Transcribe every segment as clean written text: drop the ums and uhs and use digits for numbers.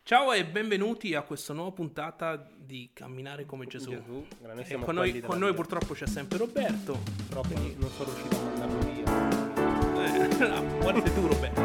Ciao e benvenuti a questa nuova puntata di Camminare come Gesù. Noi Con noi purtroppo c'è sempre Roberto. Purtroppo non sono riuscito a mandarlo via. Guarda tu Roberto.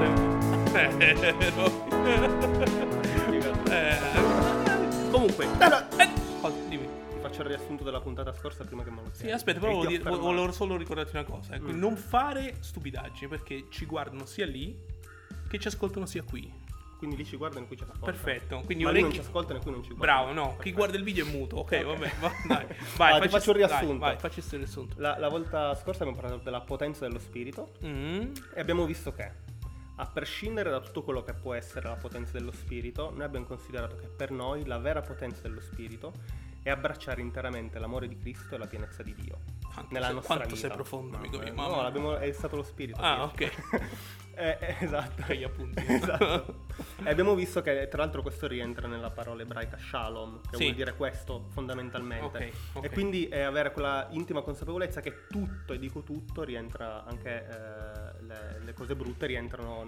Comunque, dimmi. Ti faccio il riassunto della puntata scorsa prima che me lo chiedi. Sì, aspetta, però volevo solo ricordarti una cosa. Non fare stupidaggini, perché ci guardano sia lì che ci ascoltano sia qui. Quindi lì ci guardano e qui ci ascoltano. Perfetto. Quindi ma lì non ci ascoltano e qui non ci guardano. Bravo, no. Chi guarda il video è muto. Ok, vabbè, dai. Vai, ti faccio il riassunto. Vai, facci il riassunto. La volta scorsa abbiamo parlato della potenza dello spirito e abbiamo visto che, a prescindere da tutto quello che può essere la potenza dello spirito, noi abbiamo considerato che per noi la vera potenza dello spirito è abbracciare interamente l'amore di Cristo e la pienezza di Dio nella nostra vita. Quanto sei profondo, amico mio. No, è stato lo spirito. Ok. Esatto. Gli appunti. Esatto. E abbiamo visto che tra l'altro questo rientra nella parola ebraica shalom, che vuol dire questo fondamentalmente. Okay. E quindi è avere quella intima consapevolezza che tutto, e dico tutto, rientra anche le cose brutte rientrano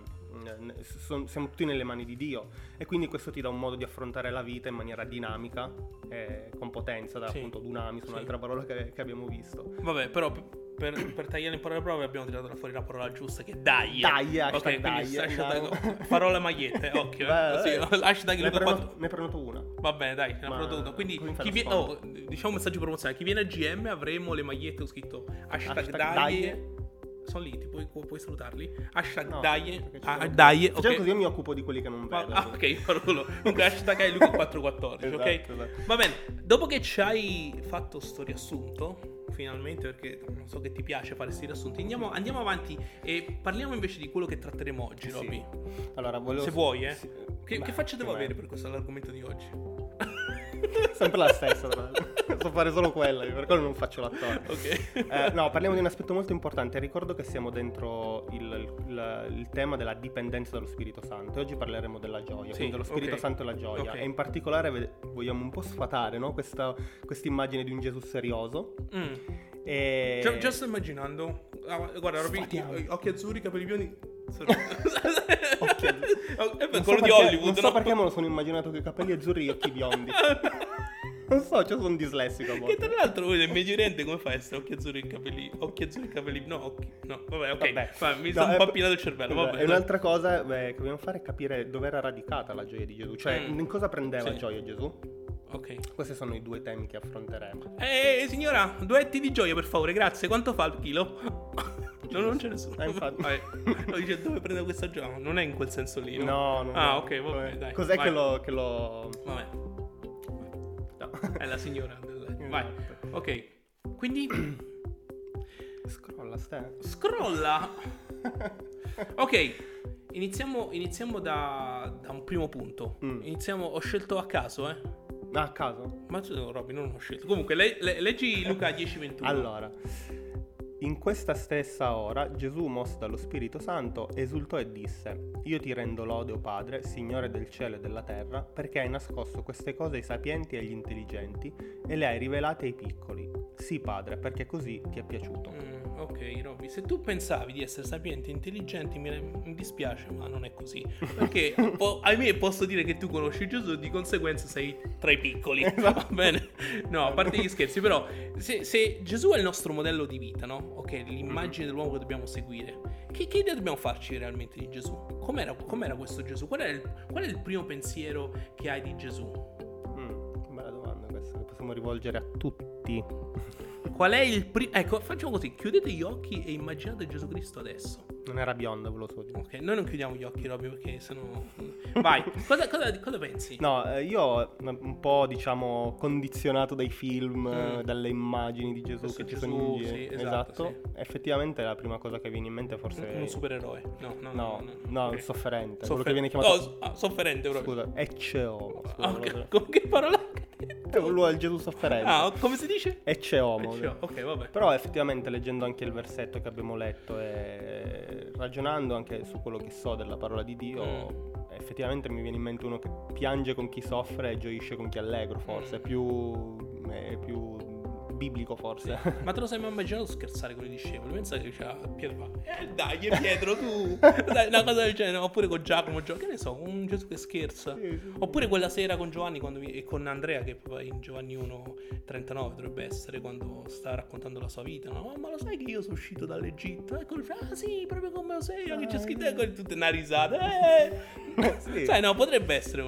siamo tutti nelle mani di Dio, e quindi questo ti dà un modo di affrontare la vita in maniera dinamica e con potenza, appunto dunamis, un'altra parola che abbiamo visto. Vabbè, però per tagliare in parole prove abbiamo tirato fuori la parola giusta, che dai, hashtag dai, parola magliette, occhio. Hashtag ne è prenoto una. Va bene, dai, ne è prenoto una. Quindi diciamo un messaggio promozionale: chi viene a GM avremo le magliette, ho scritto hashtag dai. Sono lì, puoi salutarli. Hashtag dai. Dai, ok. Così io mi occupo di quelli che non vedo. Ok, farò hashtag è Luca414, ok? Esatto. Va bene, dopo che ci hai fatto sto riassunto, finalmente, perché non so che ti piace fare questi riassunti, andiamo avanti e parliamo invece di quello che tratteremo oggi, Robby. Allora, se vuoi, Che faccia devo avere per questo argomento di oggi? Sempre la stessa, tra l'altro. So fare solo quella, per quello non faccio l'attore. Ok. No, parliamo di un aspetto molto importante. Ricordo che siamo dentro il tema della dipendenza dallo Spirito Santo, e oggi parleremo della gioia, quindi dello Spirito Santo e la gioia. E in particolare vogliamo un po' sfatare, no? questa immagine di un Gesù serioso. E... Già sto immaginando. Guarda, occhi azzurri, capelli biondi. Quello di Hollywood. Non so perché me lo sono immaginato con i capelli azzurri e gli occhi biondi. Non so, sono dislessico a volte. Che tra l'altro nel Medio Oriente come fai a essere occhi azzurri e capelli no, vabbè, ok. Mi sta un po' appinato il cervello, vabbè. E un'altra cosa che dobbiamo fare è capire dove era radicata la gioia di Gesù, cioè in cosa prendeva gioia Gesù. Ok. Questi sono i due temi che affronteremo. Signora, 2 etti di gioia per favore, grazie. Quanto fa il chilo? No, non c'è nessuno. Infatti. Lo dice dove prende questa gioia? Non è in quel senso lì, no? No. Ok, vabbè, dai. Cos'è che lo... Vabbè. No. È la signora. Vai. Ok. Quindi Scrolla. Ok. Iniziamo da un primo punto. Ho scelto a caso, A caso? Ma tu, Robby, non ho scelto. Comunque, leggi Luca 10:21. Allora, in questa stessa ora Gesù, mosso dallo Spirito Santo, esultò e disse: Io ti rendo lode, o Padre, Signore del cielo e della terra, perché hai nascosto queste cose ai sapienti e agli intelligenti e le hai rivelate ai piccoli. Sì, Padre, perché così ti è piaciuto. Ok, Robby, se tu pensavi di essere sapienti e intelligenti, mi dispiace, ma non è così. Perché ahimè posso dire che tu conosci Gesù e di conseguenza sei tra i piccoli. Va bene? No, a parte gli scherzi, però se Gesù è il nostro modello di vita, no? Ok, l'immagine dell'uomo che dobbiamo seguire. Che idea dobbiamo farci realmente di Gesù? Com'era questo Gesù? Qual è il primo pensiero che hai di Gesù? Bella domanda questa, che possiamo rivolgere a tutti. Qual è il primo... Ecco, facciamo così, chiudete gli occhi e immaginate Gesù Cristo adesso. Non era bionda, ve lo so dire. Ok, noi non chiudiamo gli occhi, Robby, perché sennò... Vai, cosa pensi? No, io un po', diciamo, condizionato dai film, dalle immagini di Gesù che ci sono in giro. Sì, esatto. Sì. Effettivamente la prima cosa che viene in mente forse è... Un supereroe. No, okay. Sofferente. Quello che viene chiamato... sofferente proprio. Scusa, Ecce Homo. Con che parola? Lui è il Gesù sofferente. Come si dice? Ecce Homo. Ok, vabbè. Però effettivamente, leggendo anche il versetto che abbiamo letto e ragionando anche su quello che so della parola di Dio, effettivamente mi viene in mente uno che piange con chi soffre e gioisce con chi è allegro, forse è più biblico forse. Ma te lo sei mai immaginato scherzare con i discepoli? Pensa che diceva Pietro, dai Pietro tu, dai, una cosa del genere. Oppure con Giacomo, che ne so, un Gesù che scherza. Sì. Oppure quella sera con Giovanni e con Andrea, che poi in Giovanni 1:39 dovrebbe essere, quando stava raccontando la sua vita, no? Ma lo sai che io sono uscito dall'Egitto? Ecco, sì, proprio come Osea, che c'è scritto, ecco, tutte una risata. Sì. Sai, no, potrebbe essere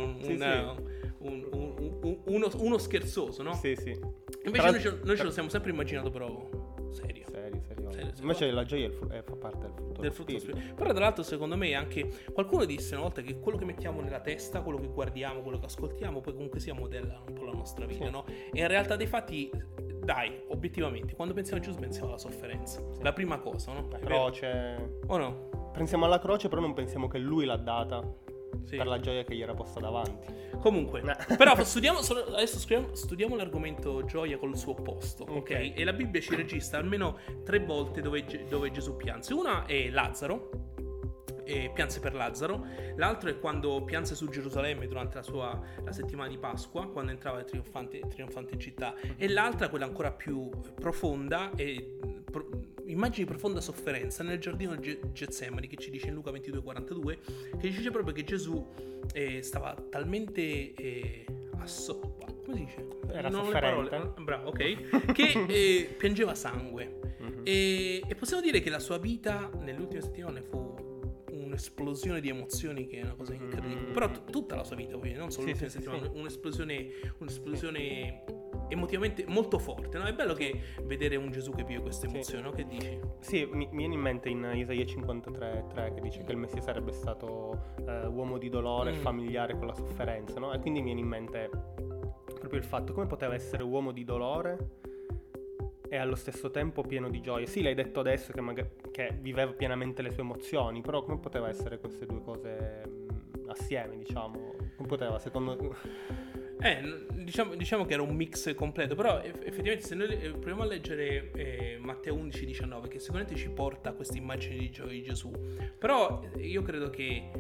uno scherzoso, no? Sì, sì. Invece noi ce lo siamo sempre immaginato però serio. Invece la gioia fa parte del frutto dello spirito. Però tra l'altro secondo me anche qualcuno disse una volta che quello che mettiamo nella testa, quello che guardiamo, quello che ascoltiamo, poi comunque sia modella un po' la nostra vita, sì. no? E in realtà dei fatti, dai, obiettivamente, quando pensiamo a Gesù pensiamo alla sofferenza, sì. La prima cosa, no? La croce. O no? Pensiamo alla croce, però non pensiamo che lui l'ha data, sì, per la gioia che gli era posta davanti. Comunque, però studiamo l'argomento gioia col suo opposto, ok? E la Bibbia ci registra almeno 3 volte dove Gesù pianse. Una è Lazzaro, e pianse per Lazzaro. L'altro è quando pianse su Gerusalemme durante la settimana di Pasqua, quando entrava trionfante in città. E l'altra, quella ancora più profonda, immagini profonda sofferenza nel giardino di Getsemani, che ci dice in Luca 22:42, che ci dice proprio che Gesù stava talmente come si dice? Era non sofferente. le parole, bravo, ok, che piangeva sangue. E possiamo dire che la sua vita nelle ultime settimane fu un'esplosione di emozioni, che è una cosa incredibile. Però tutta la sua vita, non solo le ultime settimane, un'esplosione emotivamente molto forte, no? È bello che vedere un Gesù che vive queste emozioni, no? Che dici? Sì, mi viene in mente in Isaia 53:3 che dice che il Messia sarebbe stato uomo di dolore, familiare con la sofferenza, no? E quindi mi viene in mente proprio il fatto come poteva essere uomo di dolore e allo stesso tempo pieno di gioia. Sì, l'hai detto adesso che viveva pienamente le sue emozioni, però come poteva essere queste due cose assieme, diciamo? Come poteva, secondo... Diciamo che era un mix completo, però effettivamente se noi proviamo a leggere Matteo 11:19, che sicuramente ci porta a questa immagine di gioia di Gesù, però io credo che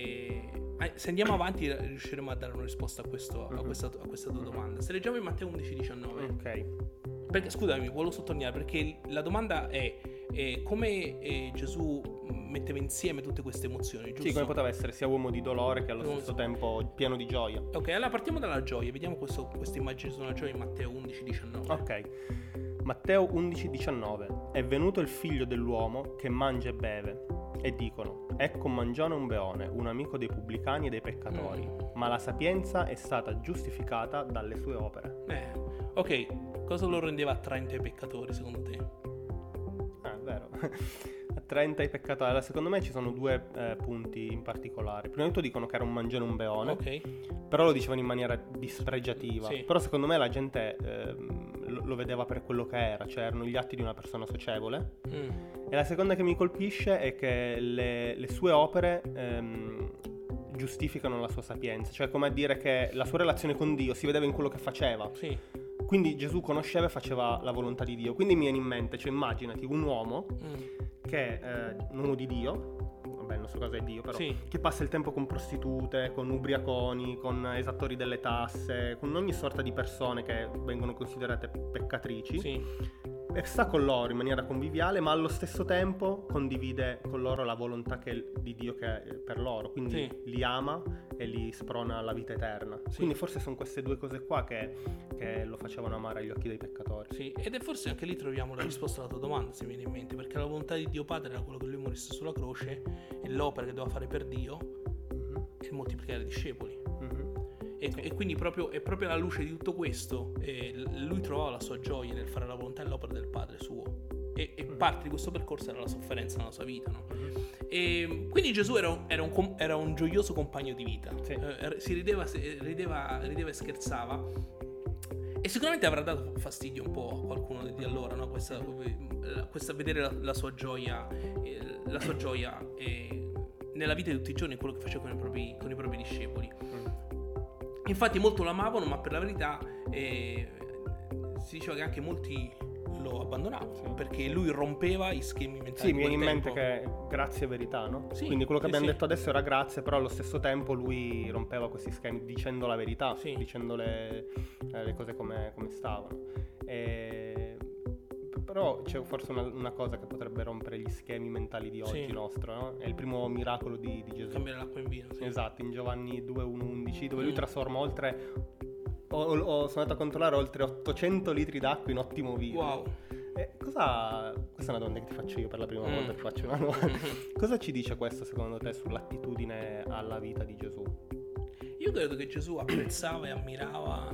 se andiamo avanti riusciremo a dare una risposta a questa tua domanda. Se leggiamo in Matteo 11:19, ok, perché scusami, volevo sottolineare, perché la domanda è come Gesù metteva insieme tutte queste emozioni, giusto? Sì, come poteva essere sia uomo di dolore che allo stesso tempo pieno di gioia. Ok, allora partiamo dalla gioia, vediamo questa immagine sulla gioia in Matteo 11:19. Ok, Matteo 11:19. È venuto il figlio dell'uomo che mangia e beve, e dicono: ecco un mangione e un beone, un amico dei pubblicani e dei peccatori. Ma la sapienza è stata giustificata dalle sue opere. Ok, cosa lo rendeva attraente ai peccatori secondo te? È vero. Attraente ai peccatori. Allora, secondo me ci sono 2 punti in particolare. Prima di tutto dicono che era un mangione e un beone, però lo dicevano in maniera dispregiativa. Sì. Però secondo me la gente lo vedeva per quello che era, cioè erano gli atti di una persona socievole. E la seconda che mi colpisce è che le sue opere giustificano la sua sapienza, cioè come a dire che la sua relazione con Dio si vedeva in quello che faceva. Sì. Quindi Gesù conosceva e faceva la volontà di Dio. Quindi mi viene in mente, cioè immaginati un uomo che un uomo di Dio, vabbè il nostro caso è Dio però, che passa il tempo con prostitute, con ubriaconi, con esattori delle tasse, con ogni sorta di persone che vengono considerate peccatrici, e sta con loro in maniera conviviale, ma allo stesso tempo condivide con loro la volontà di Dio che è per loro, quindi li ama e li sprona alla vita eterna. Quindi forse sono queste 2 cose qua che lo facevano amare agli occhi dei peccatori. Sì, ed è forse anche lì troviamo la risposta alla tua domanda, se mi viene in mente, perché la volontà di Dio Padre era quello che lui morisse sulla croce, e l'opera che doveva fare per Dio è il moltiplicare i discepoli. E quindi è proprio alla luce di tutto questo lui trovava la sua gioia nel fare la volontà e l'opera del Padre suo, e parte di questo percorso era la sofferenza nella sua vita, no? E quindi Gesù era un gioioso compagno di vita. Si rideva e scherzava, e sicuramente avrà dato fastidio un po' a qualcuno di allora, no? Questa vedere la sua gioia nella vita di tutti i giorni, quello che faceva con i propri discepoli. Infatti molto lo amavano, ma per la verità si diceva che anche molti lo abbandonava, Sì. perché lui rompeva i schemi mentali. Sì, mi viene in di quel mente tempo. che grazie è verità, no? Sì, Quindi quello che sì, abbiamo sì. detto adesso era grazie, però allo stesso tempo lui rompeva questi schemi dicendo la verità, Sì. dicendo le cose come stavano. Però c'è forse una cosa che potrebbe rompere gli schemi mentali di oggi Sì. nostro, no? È il primo miracolo di Gesù. Cambiare l'acqua in vino. Sì. Esatto, in Giovanni 2:1-11, dove lui trasforma oltre, sono andato a controllare, oltre 800 litri d'acqua in ottimo vino. Wow. Questa è una domanda che ti faccio io per la prima volta, ti faccio una domanda. Cosa ci dice questo secondo te sull'attitudine alla vita di Gesù? Io credo che Gesù apprezzava e ammirava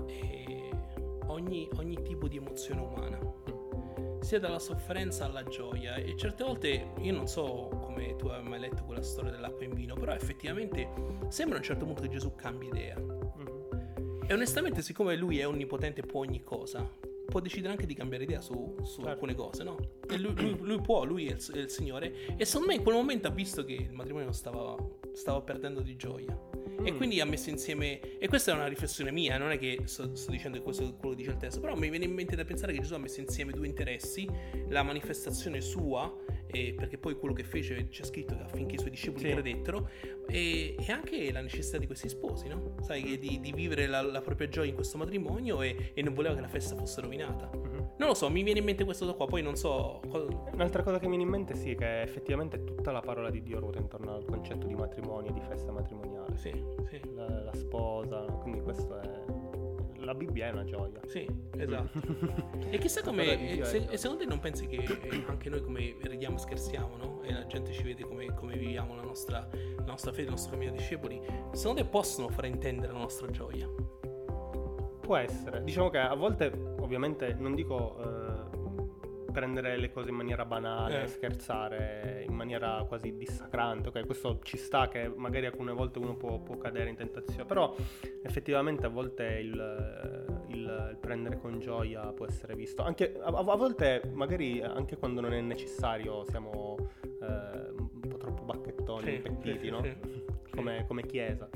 ogni tipo di emozione umana, sia dalla sofferenza alla gioia, e certe volte, io non so come tu hai mai letto quella storia dell'acqua in vino, però effettivamente sembra a un certo punto che Gesù cambi idea. E onestamente, siccome lui è onnipotente e può ogni cosa, può decidere anche di cambiare idea su Certo. alcune cose, no? E lui è il Signore, e secondo me in quel momento ha visto che il matrimonio stava perdendo di gioia. E quindi ha messo insieme, e questa è una riflessione mia, non è che sto dicendo che questo è quello che dice il testo, però mi viene in mente da pensare che Gesù ha messo insieme due interessi: la manifestazione sua, perché poi quello che fece c'è scritto che affinché i suoi discepoli Sì. credettero, e anche la necessità di questi sposi, no? Sai, che di vivere la propria gioia in questo matrimonio, e non voleva che la festa fosse rovinata. Non lo so, mi viene in mente questo qua, poi non so Un'altra cosa che mi viene in mente sì, è che effettivamente tutta la parola di Dio ruota intorno al concetto di matrimonio e di festa matrimoniale. Sì, sì. La sposa, quindi questo è... La Bibbia è una gioia. Sì, esatto. E chissà La parola di come, Dio è e gioia. secondo te non pensi che anche noi come ridiamo e scherziamo, no? E la gente ci vede come viviamo la nostra fede, il nostro cammino di discepoli, secondo te possono fraintendere la nostra gioia? Può essere. Diciamo che a volte, ovviamente, non dico prendere le cose in maniera banale, scherzare in maniera quasi dissacrante, ok? Questo ci sta, che magari alcune volte uno può cadere in tentazione, però effettivamente a volte il prendere con gioia può essere visto. Anche a volte, magari anche quando non è necessario, siamo un po' troppo bacchettoni, Sì, impettiti, sì, no? sì. Come chiesa.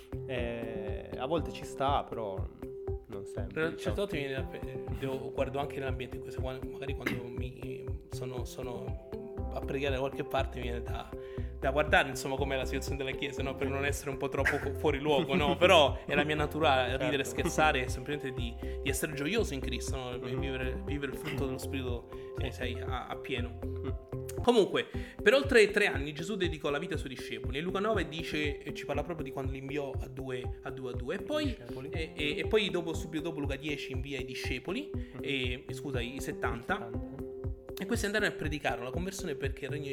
A volte ci sta, però non sempre. Certe volte guardo anche nell'ambiente, magari quando sono a pregare da qualche parte, mi viene da guardare, insomma, com'è la situazione della chiesa, no? Per non essere un po' troppo fuori luogo, no? Però è la mia natura ridere e scherzare, semplicemente di essere gioioso in Cristo, no? Vivere il frutto dello Spirito, sai, a pieno. Comunque, per oltre 3 anni Gesù dedicò la vita ai suoi discepoli, e Luca 9 ci parla proprio di quando li inviò a due, e poi, e poi subito dopo Luca 10 invia i discepoli, i 70, e questi andarono a predicare la conversione, perché il regno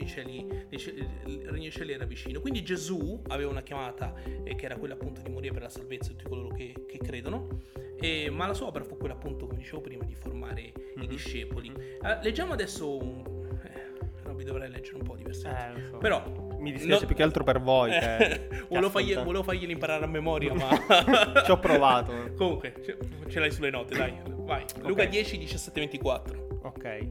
dei cieli era vicino. Quindi Gesù aveva una chiamata, che era quella appunto di morire per la salvezza di tutti coloro che credono, ma la sua opera fu quella, appunto, come dicevo prima, di formare i discepoli. Leggiamo adesso però vi dovrei leggere un po' di versetti, Lo so. però Mi dispiace più che altro per voi che volevo farglieli imparare a memoria, ma ci ho provato. comunque ce l'hai sulle note, dai, vai. Luca 10, 17, 24. Ok.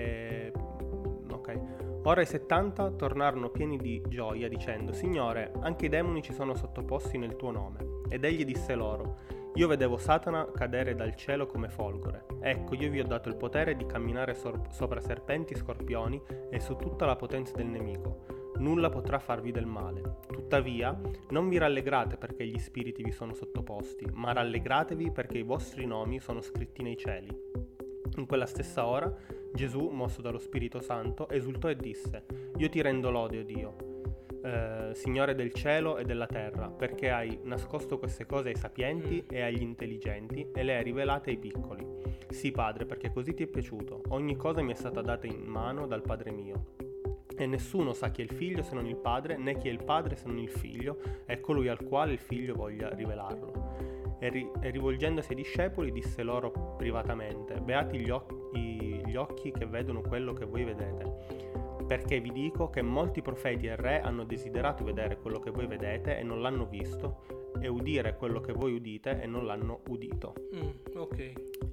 Ora i 70 tornarono pieni di gioia, dicendo: Signore, anche i demoni ci sono sottoposti nel tuo nome. Ed egli disse loro: Io vedevo Satana cadere dal cielo come folgore. Ecco, io vi ho dato il potere di camminare sopra serpenti, scorpioni e su tutta la potenza del nemico. Nulla potrà farvi del male. Tuttavia, non vi rallegrate perché gli spiriti vi sono sottoposti, ma rallegratevi perché i vostri nomi sono scritti nei cieli. In quella stessa ora, Gesù, mosso dallo Spirito Santo, esultò e disse: Io ti rendo lode, o Dio, Signore del cielo e della terra, perché hai nascosto queste cose ai sapienti e agli intelligenti e le hai rivelate ai piccoli. Sì, Padre, perché così ti è piaciuto. Ogni cosa mi è stata data in mano dal Padre mio. E nessuno sa chi è il figlio se non il Padre, né chi è il Padre se non il figlio, e colui al quale il figlio voglia rivelarlo. E rivolgendosi ai discepoli disse loro privatamente: Beati gli occhi che vedono quello che voi vedete, perché vi dico che molti profeti e re hanno desiderato vedere quello che voi vedete e non l'hanno visto, e udire quello che voi udite e non l'hanno udito. Ok.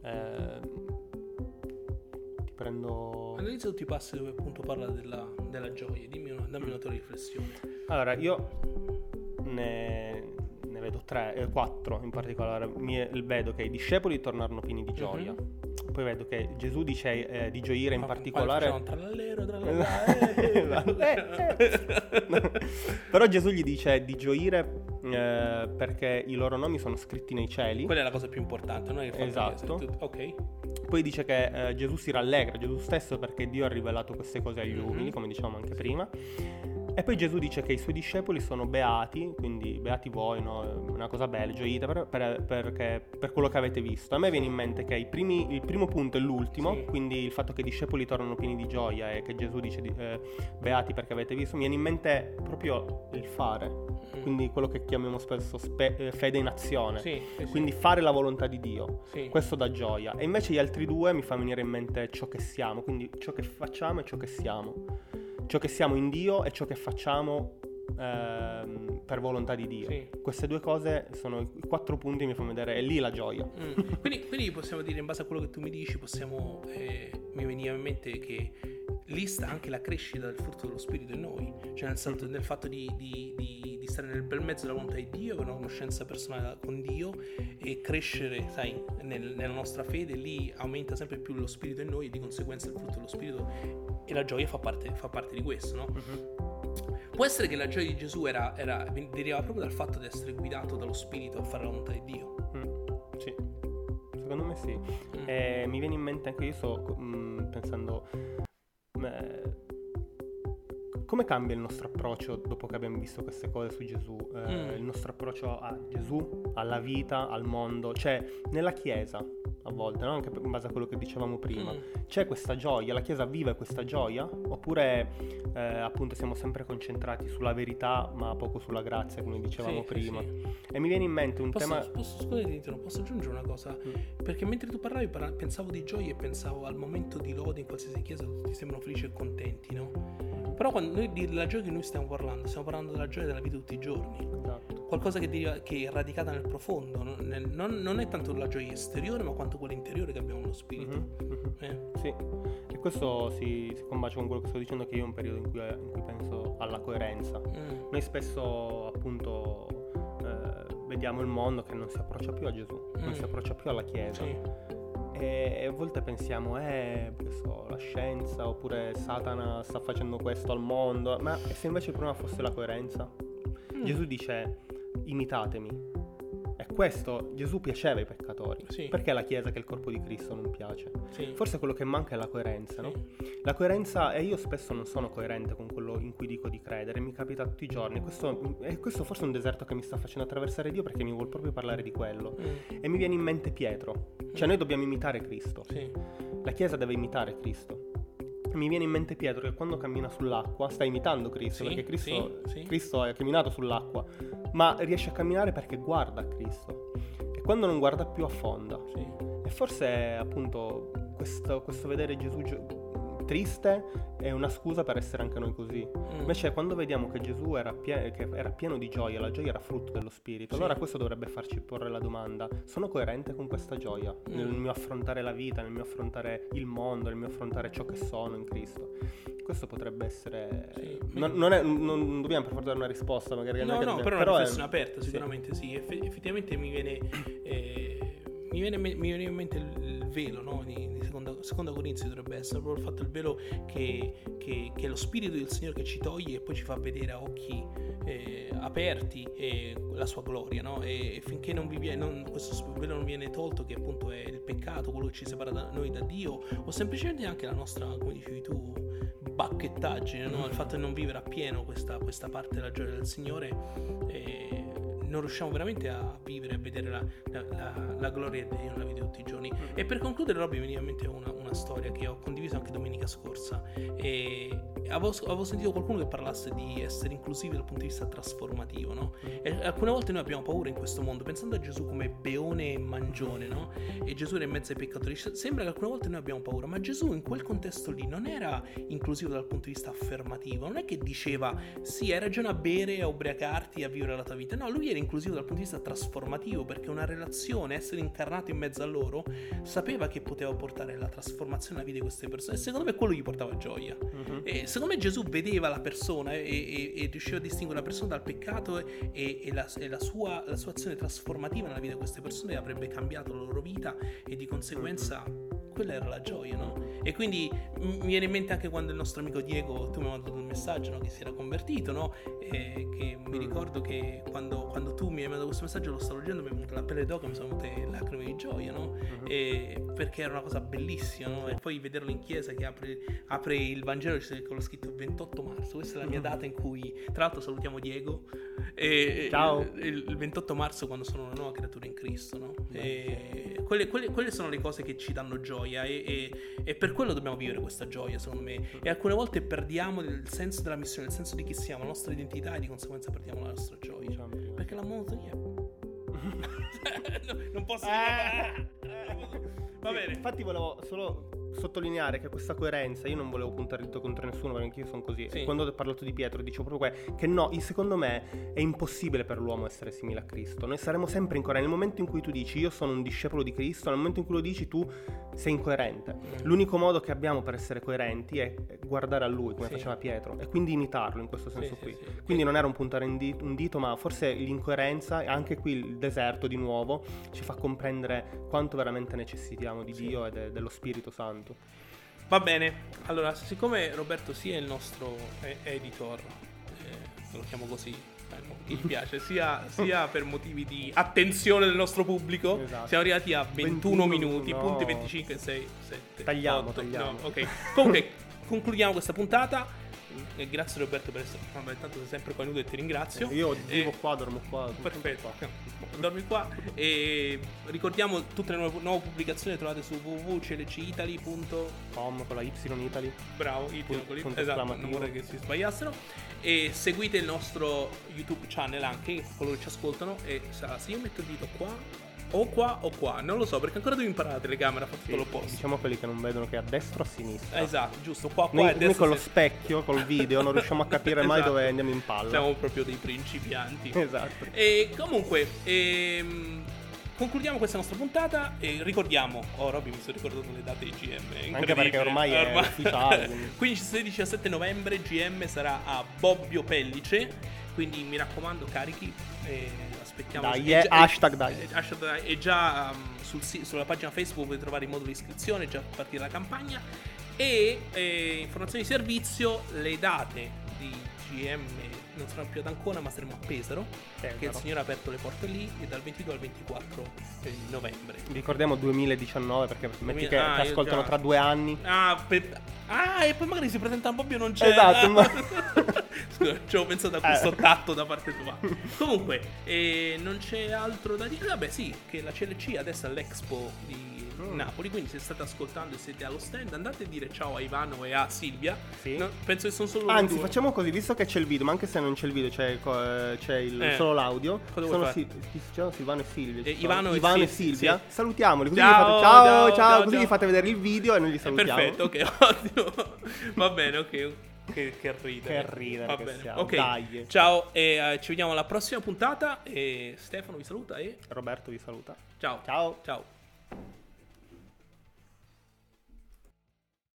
Ti prendo... Analizza tutti i passi dove appunto parla della gioia. Dammi una tua riflessione. Allora, io ne vedo 4 in particolare. Vedo che i discepoli tornarono pieni di gioia. poi vedo che Gesù dice di gioire in particolare. Però Gesù gli dice di gioire perché i loro nomi sono scritti nei cieli. Quella è la cosa più importante, non è che esatto. Ok. Poi dice che Gesù si rallegra, Gesù stesso, perché Dio ha rivelato queste cose agli umili, come dicevamo anche prima. E poi Gesù dice che i suoi discepoli sono beati, quindi beati voi, no? Una cosa bella, gioite per quello che avete visto. A me viene in mente che il primo punto e l'ultimo, sì. Quindi il fatto che i discepoli tornano pieni di gioia e che Gesù dice beati perché avete visto, mi viene in mente proprio il fare, quindi quello che chiamiamo spesso fede in azione, sì, quindi fare la volontà di Dio, sì. Questo dà gioia. E invece gli altri due mi fa venire in mente ciò che siamo, quindi ciò che facciamo e ciò che siamo. Ciò che siamo in Dio e ciò che facciamo per volontà di Dio. Sì. Queste due cose sono i 4 punti che mi fanno vedere, è lì la gioia. Quindi possiamo dire, in base a quello che tu mi dici, mi veniva in mente che lì sta anche la crescita del frutto dello Spirito in noi, cioè nel fatto di stare nel bel mezzo della volontà di Dio, con una conoscenza personale con Dio e crescere, sai, nella nostra fede. Lì aumenta sempre più lo Spirito in noi e di conseguenza il frutto dello Spirito, e la gioia fa parte di questo, no? Può essere che la gioia di Gesù deriva proprio dal fatto di essere guidato dallo Spirito a fare la volontà di Dio. Sì, secondo me sì. Mi viene in mente anche, io sto pensando come cambia il nostro approccio dopo che abbiamo visto queste cose su Gesù, il nostro approccio a Gesù, alla vita, al mondo, cioè nella Chiesa a volte, no? Anche in base a quello che dicevamo prima, c'è questa gioia, la Chiesa vive questa gioia, oppure appunto siamo sempre concentrati sulla verità ma poco sulla grazia, come dicevamo prima. Sì. E mi viene in mente tema. Scusate, posso aggiungere una cosa? Perché mentre tu parlavi pensavo di gioia e pensavo al momento di lode in qualsiasi chiesa, tutti sembrano felici e contenti, no? Però quando noi della gioia che noi stiamo parlando della gioia della vita tutti i giorni. Esatto. Qualcosa che è radicata nel profondo, non è tanto la gioia esteriore, ma quanto quella interiore che abbiamo nello spirito. Sì, e questo si combacia con quello che sto dicendo, che io è un periodo in cui penso alla coerenza. Noi spesso appunto vediamo il mondo che non si approccia più a Gesù, non si approccia più alla Chiesa. Sì. E a volte pensiamo, la scienza, oppure Satana sta facendo questo al mondo, ma se invece il problema fosse la coerenza? Gesù dice, imitatemi. E questo, Gesù piaceva ai peccatori. Sì. Perché la Chiesa, che è il corpo di Cristo, non piace? Sì. Forse quello che manca è la coerenza, no? La coerenza, e io spesso non sono coerente con quello in cui dico di credere, mi capita tutti i giorni. Questo forse è un deserto che mi sta facendo attraversare Dio, perché mi vuol proprio parlare di quello. E mi viene in mente Pietro. Cioè noi dobbiamo imitare Cristo. Sì. La Chiesa deve imitare Cristo. Mi viene in mente Pietro che quando cammina sull'acqua sta imitando Cristo, perché Cristo ha camminato sull'acqua, ma riesce a camminare perché guarda Cristo, e quando non guarda più affonda. E forse appunto questo vedere Gesù triste è una scusa per essere anche noi così. Invece quando vediamo che Gesù era pieno di gioia, la gioia era frutto dello Spirito, allora questo dovrebbe farci porre la domanda: sono coerente con questa gioia nel mio affrontare la vita, nel mio affrontare il mondo, nel mio affrontare ciò che sono in Cristo? Questo potrebbe essere non dobbiamo per forza dare una risposta, magari però una riflessione aperta, sicuramente sì. Effettivamente mi viene in mente il velo, no? Di seconda Corinzi dovrebbe essere proprio il fatto, il velo che è lo Spirito del Signore che ci toglie e poi ci fa vedere a occhi aperti la sua gloria, no? E finché questo velo non viene tolto, che appunto è il peccato, quello che ci separa da noi da Dio, o semplicemente anche la nostra, come dicevi tu, bacchettaggine, no? Il fatto di non vivere appieno questa parte della gioia del Signore, non riusciamo veramente a vivere, a vedere la gloria di Dio nella vita di tutti i giorni. E per concludere, Robby, mi viene in mente una storia che ho condiviso anche domenica scorsa, e avevo sentito qualcuno che parlasse di essere inclusivi dal punto di vista trasformativo, no? E alcune volte noi abbiamo paura in questo mondo, pensando a Gesù come beone e mangione, no? E Gesù era in mezzo ai peccatori. Sembra che alcune volte noi abbiamo paura, ma Gesù in quel contesto lì non era inclusivo dal punto di vista affermativo, non è che diceva sì, hai ragione a bere, a ubriacarti, a vivere la tua vita. No, lui era inclusivo dal punto di vista trasformativo, perché una relazione, essere incarnato in mezzo a loro, sapeva che poteva portare la trasformazione alla vita di queste persone, e secondo me quello gli portava gioia. E secondo me Gesù vedeva la persona e riusciva a distinguere la persona dal peccato, e la sua azione trasformativa nella vita di queste persone avrebbe cambiato la loro vita, e di conseguenza quella era la gioia, no? E quindi mi viene in mente anche quando il nostro amico Diego, tu mi hai mandato un messaggio, no? Che si era convertito, no? E che mi ricordo che quando tu mi hai mandato questo messaggio, lo stavo leggendo, mi è venuta la pelle d'oca, mi sono venute lacrime di gioia, no? E perché era una cosa bellissima, no? E poi vederlo in chiesa che apre il Vangelo con lo scritto 28 marzo, questa è la mia data in cui, tra l'altro salutiamo Diego, ciao. Il 28 marzo quando sono una nuova creatura in Cristo, no? E quelle sono le cose che ci danno gioia e per quello dobbiamo vivere questa gioia, secondo me. E alcune volte perdiamo il senso della missione, il senso di chi siamo, la nostra identità, e di conseguenza perdiamo la nostra gioia. Perché la monotonia non posso va bene. Infatti volevo solo sottolineare che questa coerenza, io non volevo puntare il dito contro nessuno perché io sono così. Sì. Quando ho parlato di Pietro dicevo proprio che no, secondo me è impossibile per l'uomo essere simile a Cristo. Noi saremo sempre incoerenti. Nel momento in cui tu dici io sono un discepolo di Cristo, nel momento in cui lo dici tu sei incoerente. L'unico modo che abbiamo per essere coerenti è guardare a lui come faceva Pietro e quindi imitarlo in questo senso qui. Quindi non era un puntare un dito, ma forse l'incoerenza, e anche qui il deserto di nuovo ci fa comprendere quanto veramente necessitiamo di Dio e dello Spirito Santo. Va bene, allora siccome Roberto sia il nostro editor, lo chiamo così, mi piace, sia per motivi di attenzione del nostro pubblico, esatto. Siamo arrivati a 21 minuti, no. punti 25, 6, 7, Tagliamo. 8, no, ok. Comunque concludiamo questa puntata. Grazie Roberto per essere tanto sei sempre qua nudo e ti ringrazio. Io vivo qua, dormo qua. Perfetto, dormi qua. E ricordiamo tutte le nuove pubblicazioni le trovate su www.clcitaly.com con la Y Italy. Bravo, esatto, non esclamativo. vorrei che si sbagliassero. E seguite il nostro YouTube channel anche, coloro che ci ascoltano. E se io metto il dito qua o qua, non lo so, perché ancora devo imparare la telecamera, fa tutto l'opposto. Diciamo quelli che non vedono che è a destra o a sinistra. Esatto, giusto, qua Noi, e noi con lo destra. specchio, col video, non riusciamo a capire mai Esatto. dove andiamo in palla. Siamo proprio dei principianti. Esatto. E comunque concludiamo questa nostra puntata e ricordiamo, Robby, mi sono ricordato le date di GM, Anche perché ormai è ufficiale. 15, 16, 17 novembre GM sarà a Bobbio Pellice, quindi mi raccomando carichi, aspettiamo. Dai, hashtag dai. E già sulla pagina Facebook potete trovare il modulo di iscrizione, già partire la campagna e informazioni di servizio, le date di GM non saranno più ad Ancona ma saremo a Pesaro, perché il Signore ha aperto le porte lì, e dal 22 al 24 novembre. Ricordiamo 2019 perché metti che ti ascoltano già. tra 2 anni. E poi magari si presenta un Bobbio, non c'è. Esatto, Scusa, ci avevo pensato a questo tatto da parte tua. Comunque, non c'è altro da dire. Vabbè, sì, che la CLC adesso è all'Expo di Napoli, quindi se state ascoltando e siete allo stand, andate a dire ciao a Ivano e a Silvia. Sì. No, penso che sono solo Anzi, due. facciamo così, visto che c'è il video, ma anche se non c'è il video, c'è solo l'audio. Cosa vuoi fare? Sono Silvano e Silvia. Ivano e sì, Silvia. sì. Salutiamoli, così Ciao, gli fate ciao, così ciao. gli fate vedere il video e noi li salutiamo. Perfetto, ok, ottimo. Va bene, ok. Che ridere. Che ridere Va che bene. siamo. Ok. Dai. Ciao e ci vediamo alla prossima puntata. E Stefano vi saluta e Roberto vi saluta. ciao. Ciao. Ciao.